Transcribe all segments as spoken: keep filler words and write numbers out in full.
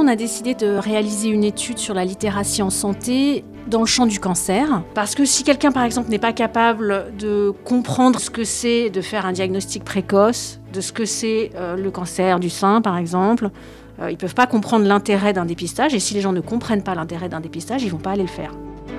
on a décidé de réaliser une étude sur la littératie en santé dans le champ du cancer. Parce que si quelqu'un, par exemple, n'est pas capable de comprendre ce que c'est de faire un diagnostic précoce, de ce que c'est euh, le cancer du sein, par exemple, euh, ils ne peuvent pas comprendre l'intérêt d'un dépistage. Et si les gens ne comprennent pas l'intérêt d'un dépistage, ils ne vont pas aller le faire.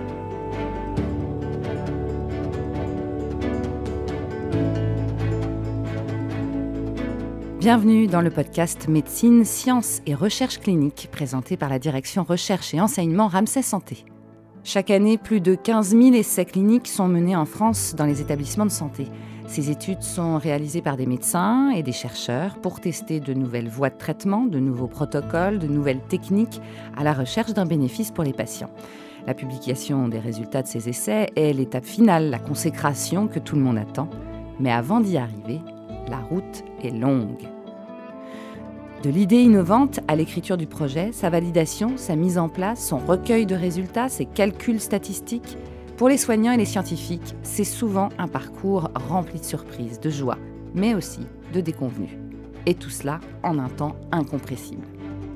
Bienvenue dans le podcast Médecine, Sciences et Recherche clinique présenté par la direction Recherche et Enseignement Ramsay Santé. Chaque année, plus de quinze mille essais cliniques sont menés en France dans les établissements de santé. Ces études sont réalisées par des médecins et des chercheurs pour tester de nouvelles voies de traitement, de nouveaux protocoles, de nouvelles techniques à la recherche d'un bénéfice pour les patients. La publication des résultats de ces essais est l'étape finale, la consécration que tout le monde attend. Mais avant d'y arriver, la route est longue. De l'idée innovante à l'écriture du projet, sa validation, sa mise en place, son recueil de résultats, ses calculs statistiques, pour les soignants et les scientifiques, c'est souvent un parcours rempli de surprises, de joie, mais aussi de déconvenues. Et tout cela en un temps incompressible.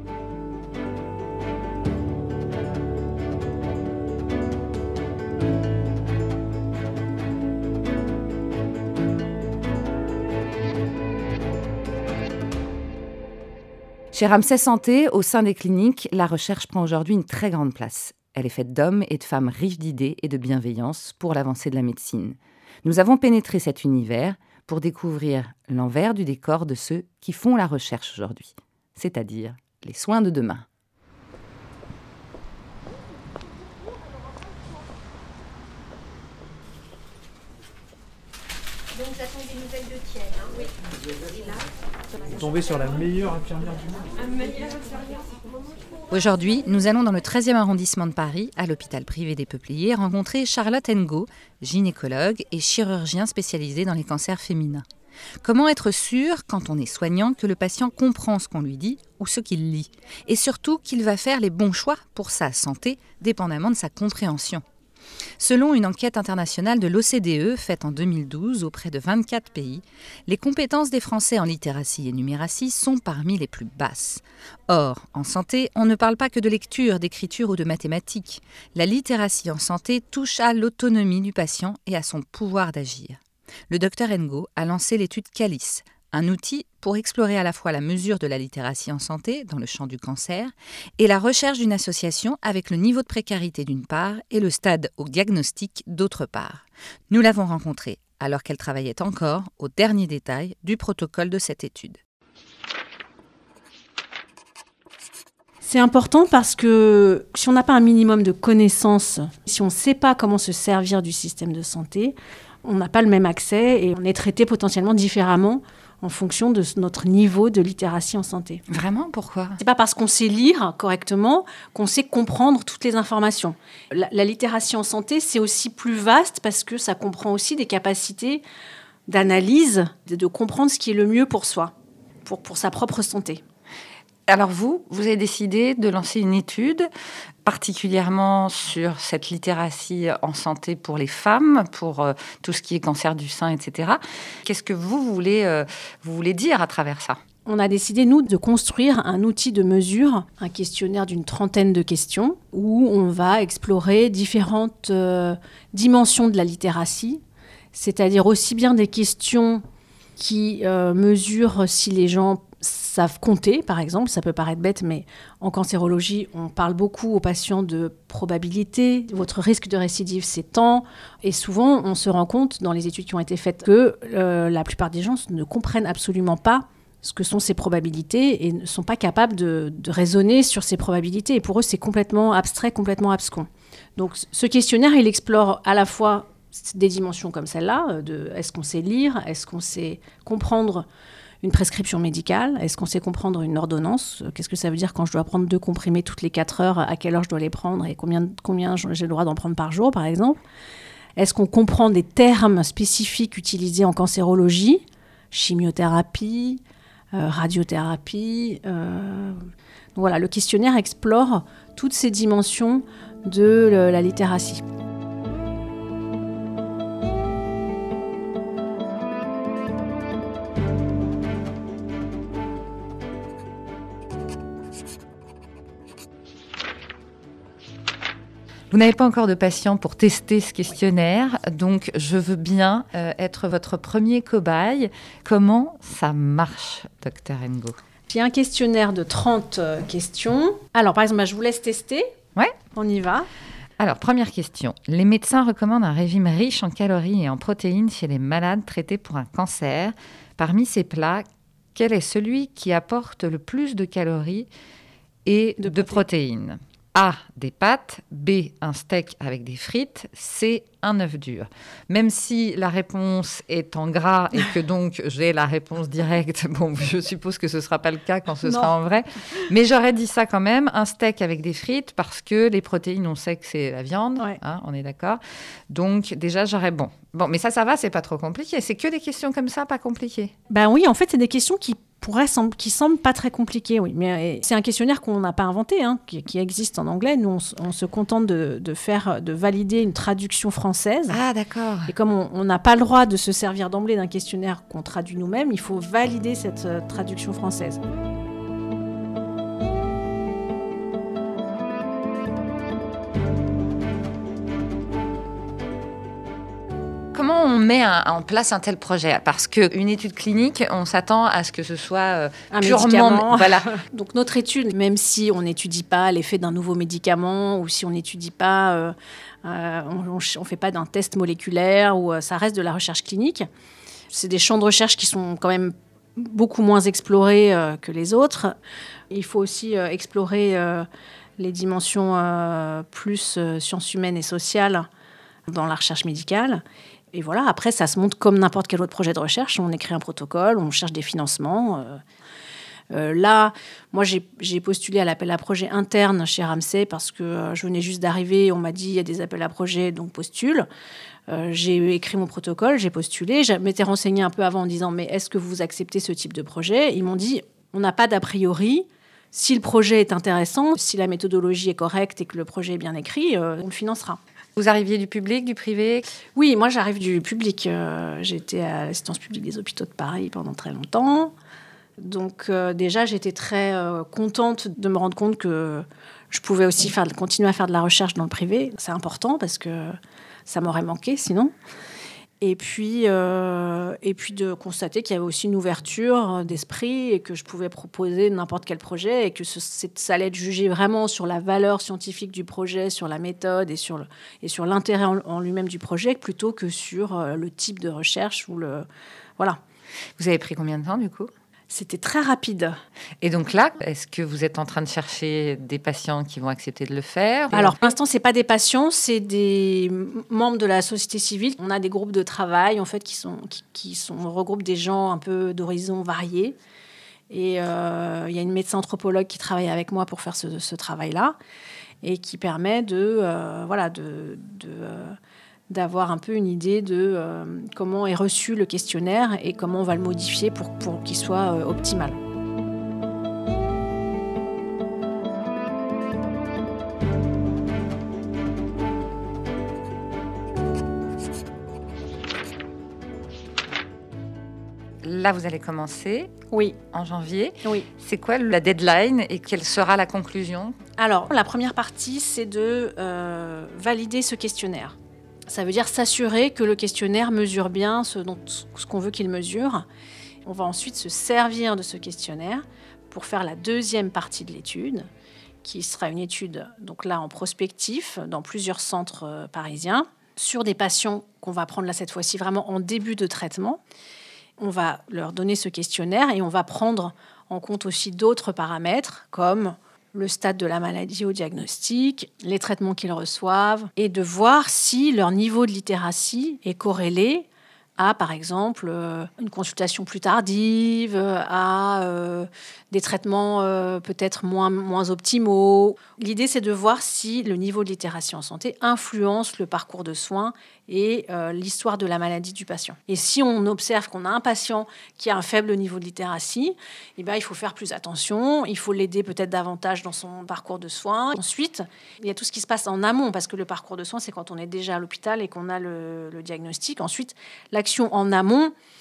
Chez Ramsay Santé, au sein des cliniques, la recherche prend aujourd'hui une très grande place. Elle est faite d'hommes et de femmes riches d'idées et de bienveillance pour l'avancée de la médecine. Nous avons pénétré cet univers pour découvrir l'envers du décor de ceux qui font la recherche aujourd'hui, c'est-à-dire les soins de demain. Donc j'attends des nouvelles de Thiel, hein, oui. Et là, vous tombez sur la meilleure infirmière du monde. un meilleur infirmière. Aujourd'hui, nous allons dans le treizième arrondissement de Paris, à l'hôpital privé des Peupliers, rencontrer Charlotte Ngo, gynécologue et chirurgien spécialisé dans les cancers féminins. Comment être sûr, quand on est soignant, que le patient comprend ce qu'on lui dit ou ce qu'il lit, et surtout qu'il va faire les bons choix pour sa santé, dépendamment de sa compréhension. Selon une enquête internationale de l'O C D E faite en deux mille douze auprès de vingt-quatre pays, les compétences des Français en littératie et numératie sont parmi les plus basses. Or, en santé, on ne parle pas que de lecture, d'écriture ou de mathématiques. La littératie en santé touche à l'autonomie du patient et à son pouvoir d'agir. Le docteur Ngo a lancé l'étude CALICE, un outil pour explorer à la fois la mesure de la littératie en santé dans le champ du cancer et la recherche d'une association avec le niveau de précarité d'une part et le stade au diagnostic d'autre part. Nous l'avons rencontrée alors qu'elle travaillait encore aux derniers détails du protocole de cette étude. C'est important parce que si on n'a pas un minimum de connaissances, si on ne sait pas comment se servir du système de santé, on n'a pas le même accès et on est traité potentiellement différemment en fonction de notre niveau de littératie en santé. Vraiment ? Pourquoi ? C'est pas parce qu'on sait lire correctement qu'on sait comprendre toutes les informations. La, la littératie en santé, c'est aussi plus vaste parce que ça comprend aussi des capacités d'analyse, de, de comprendre ce qui est le mieux pour soi, pour, pour sa propre santé. Alors vous, vous avez décidé de lancer une étude particulièrement sur cette littératie en santé pour les femmes, pour euh, tout ce qui est cancer du sein, et cetera. Qu'est-ce que vous voulez, euh, vous voulez dire à travers ça ? On a décidé, nous, de construire un outil de mesure, un questionnaire d'une trentaine de questions, où on va explorer différentes euh, dimensions de la littératie, c'est-à-dire aussi bien des questions qui euh, mesurent si les gens savent compter, par exemple. Ça peut paraître bête, mais en cancérologie, on parle beaucoup aux patients de probabilité. Votre risque de récidive, c'est tant. Et souvent, on se rend compte, dans les études qui ont été faites, que euh, la plupart des gens ne comprennent absolument pas ce que sont ces probabilités et ne sont pas capables de, de raisonner sur ces probabilités. Et pour eux, c'est complètement abstrait, complètement abscon. Donc, ce questionnaire, il explore à la fois des dimensions comme celle-là, de est-ce qu'on sait lire, est-ce qu'on sait comprendre une prescription médicale, est-ce qu'on sait comprendre une ordonnance ? Qu'est-ce que ça veut dire quand je dois prendre deux comprimés toutes les quatre heures, à quelle heure je dois les prendre et combien, combien j'ai le droit d'en prendre par jour, par exemple ? Est-ce qu'on comprend des termes spécifiques utilisés en cancérologie ? Chimiothérapie, euh, radiothérapie. Euh... Donc voilà, le questionnaire explore toutes ces dimensions de la littératie. Vous n'avez pas encore de patient pour tester ce questionnaire, donc je veux bien euh, être votre premier cobaye. Comment ça marche, docteur Ngo? J'ai un questionnaire de trente euh, questions. Alors, par exemple, bah, je vous laisse tester. Ouais. On y va. Alors, première question. Les médecins recommandent un régime riche en calories et en protéines chez les malades traités pour un cancer. Parmi ces plats, quel est celui qui apporte le plus de calories et de, de protéines? A, des pâtes, B, un steak avec des frites, C, un œuf dur. Même si la réponse est en gras et que donc j'ai la réponse directe, bon, je suppose que ce ne sera pas le cas quand ce Non. sera en vrai, mais j'aurais dit ça quand même, un steak avec des frites, parce que les protéines, on sait que c'est la viande, Ouais. hein, on est d'accord. Donc déjà, j'aurais bon. Bon, mais ça, ça va, c'est pas trop compliqué. C'est que des questions comme ça, pas compliquées. Ben oui, en fait, c'est des questions qui pourraient sem- qui semblent pas très compliquées, oui. Mais euh, c'est un questionnaire qu'on n'a pas inventé, hein, qui, qui existe en anglais. Nous, on, s- on se contente de, de faire, de valider une traduction française. Ah, d'accord. Et comme on on n'a pas le droit de se servir d'emblée d'un questionnaire qu'on traduit nous-mêmes, il faut valider cette euh, traduction française. Comment on met un- en place un tel projet? Parce qu'une étude clinique, on s'attend à ce que ce soit euh, Un purement... médicament. Voilà. Donc notre étude, même si on n'étudie pas l'effet d'un nouveau médicament ou si on n'étudie pas, euh, euh, on ne fait pas d'un test moléculaire, ou euh, ça reste de la recherche clinique. C'est des champs de recherche qui sont quand même beaucoup moins explorés euh, que les autres. Il faut aussi euh, explorer euh, les dimensions euh, plus euh, sciences humaines et sociales dans la recherche médicale. Et voilà, après, ça se monte comme n'importe quel autre projet de recherche. On écrit un protocole, on cherche des financements. Euh, euh, là, moi, j'ai, j'ai postulé à l'appel à projet interne chez Ramsay parce que euh, je venais juste d'arriver. On m'a dit, il y a des appels à projet, donc postule. Euh, j'ai écrit mon protocole, j'ai postulé. Je m'étais renseignée un peu avant en disant, mais est-ce que vous acceptez ce type de projet? Ils m'ont dit, on n'a pas d'a priori. Si le projet est intéressant, si la méthodologie est correcte et que le projet est bien écrit, euh, on le financera. Vous arriviez du public, du privé? Oui, moi j'arrive du public. Euh, j'étais à l'assistance publique des hôpitaux de Paris pendant très longtemps. Donc euh, déjà, j'étais très euh, contente de me rendre compte que je pouvais aussi faire, continuer à faire de la recherche dans le privé. C'est important parce que ça m'aurait manqué sinon. Et puis, euh, et puis de constater qu'il y avait aussi une ouverture d'esprit et que je pouvais proposer n'importe quel projet et que ce, ça allait être jugé vraiment sur la valeur scientifique du projet, sur la méthode et sur, le, et sur l'intérêt en, en lui-même du projet plutôt que sur euh, le type de recherche ou le... Voilà. Vous avez pris combien de temps, du coup? C'était très rapide. Et donc là, est-ce que vous êtes en train de chercher des patients qui vont accepter de le faire? Alors, pour l'instant, c'est pas des patients, c'est des membres de la société civile. On a des groupes de travail, en fait, qui sont qui, qui sont regroupent des gens un peu d'horizons variés. Et euh, il y a une médecin anthropologue qui travaille avec moi pour faire ce, ce travail-là et qui permet de euh, voilà de, de euh, d'avoir un peu une idée de euh, comment est reçu le questionnaire et comment on va le modifier pour, pour qu'il soit euh, optimal. Là, vous allez commencer Oui, en janvier. oui. C'est quoi la deadline et quelle sera la conclusion? Alors, la première partie, c'est de euh, valider ce questionnaire. Ça veut dire s'assurer que le questionnaire mesure bien ce, dont, ce qu'on veut qu'il mesure. On va ensuite se servir de ce questionnaire pour faire la deuxième partie de l'étude, qui sera une étude, donc là, en prospectif, dans plusieurs centres euh, parisiens, sur des patients qu'on va prendre là, cette fois-ci, vraiment en début de traitement. On va leur donner ce questionnaire et on va prendre en compte aussi d'autres paramètres, comme le stade de la maladie au diagnostic, les traitements qu'ils reçoivent, et de voir si leur niveau de littératie est corrélé à, par exemple, euh, une consultation plus tardive, à euh, des traitements euh, peut-être moins, moins optimaux. L'idée, c'est de voir si le niveau de littératie en santé influence le parcours de soins et euh, l'histoire de la maladie du patient. Et si on observe qu'on a un patient qui a un faible niveau de littératie, eh ben, il faut faire plus attention, il faut l'aider peut-être davantage dans son parcours de soins. Ensuite, il y a tout ce qui se passe en amont, parce que le parcours de soins, c'est quand on est déjà à l'hôpital et qu'on a le, le diagnostic. Ensuite, l'action en amont,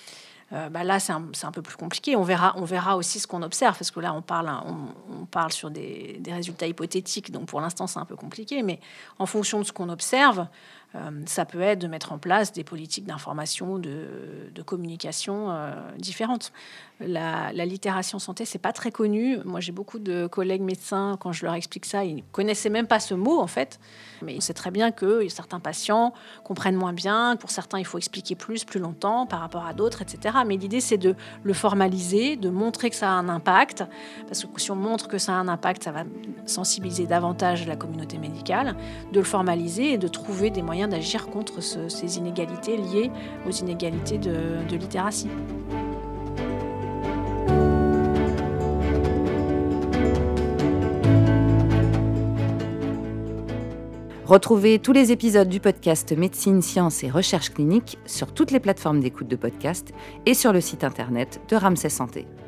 Euh, bah là, c'est un, c'est un peu plus compliqué. On verra, on verra aussi ce qu'on observe, parce que là, on parle, on, on parle sur des, des résultats hypothétiques, donc pour l'instant, c'est un peu compliqué. Mais en fonction de ce qu'on observe, euh, ça peut être de mettre en place des politiques d'information, de, de communication euh, différentes. La, la littératie en santé, c'est pas très connu. Moi, j'ai beaucoup de collègues médecins, quand je leur explique ça, ils ne connaissaient même pas ce mot, en fait. Mais c'est très bien que certains patients comprennent moins bien. Pour certains, il faut expliquer plus, plus longtemps par rapport à d'autres, et cetera. Mais l'idée, c'est de le formaliser, de montrer que ça a un impact. Parce que si on montre que ça a un impact, ça va sensibiliser davantage la communauté médicale. De le formaliser et de trouver des moyens d'agir contre ce, ces inégalités liées aux inégalités de, de littératie. Retrouvez tous les épisodes du podcast Médecine, Sciences et Recherche clinique sur toutes les plateformes d'écoute de podcast et sur le site internet de Ramsay Santé.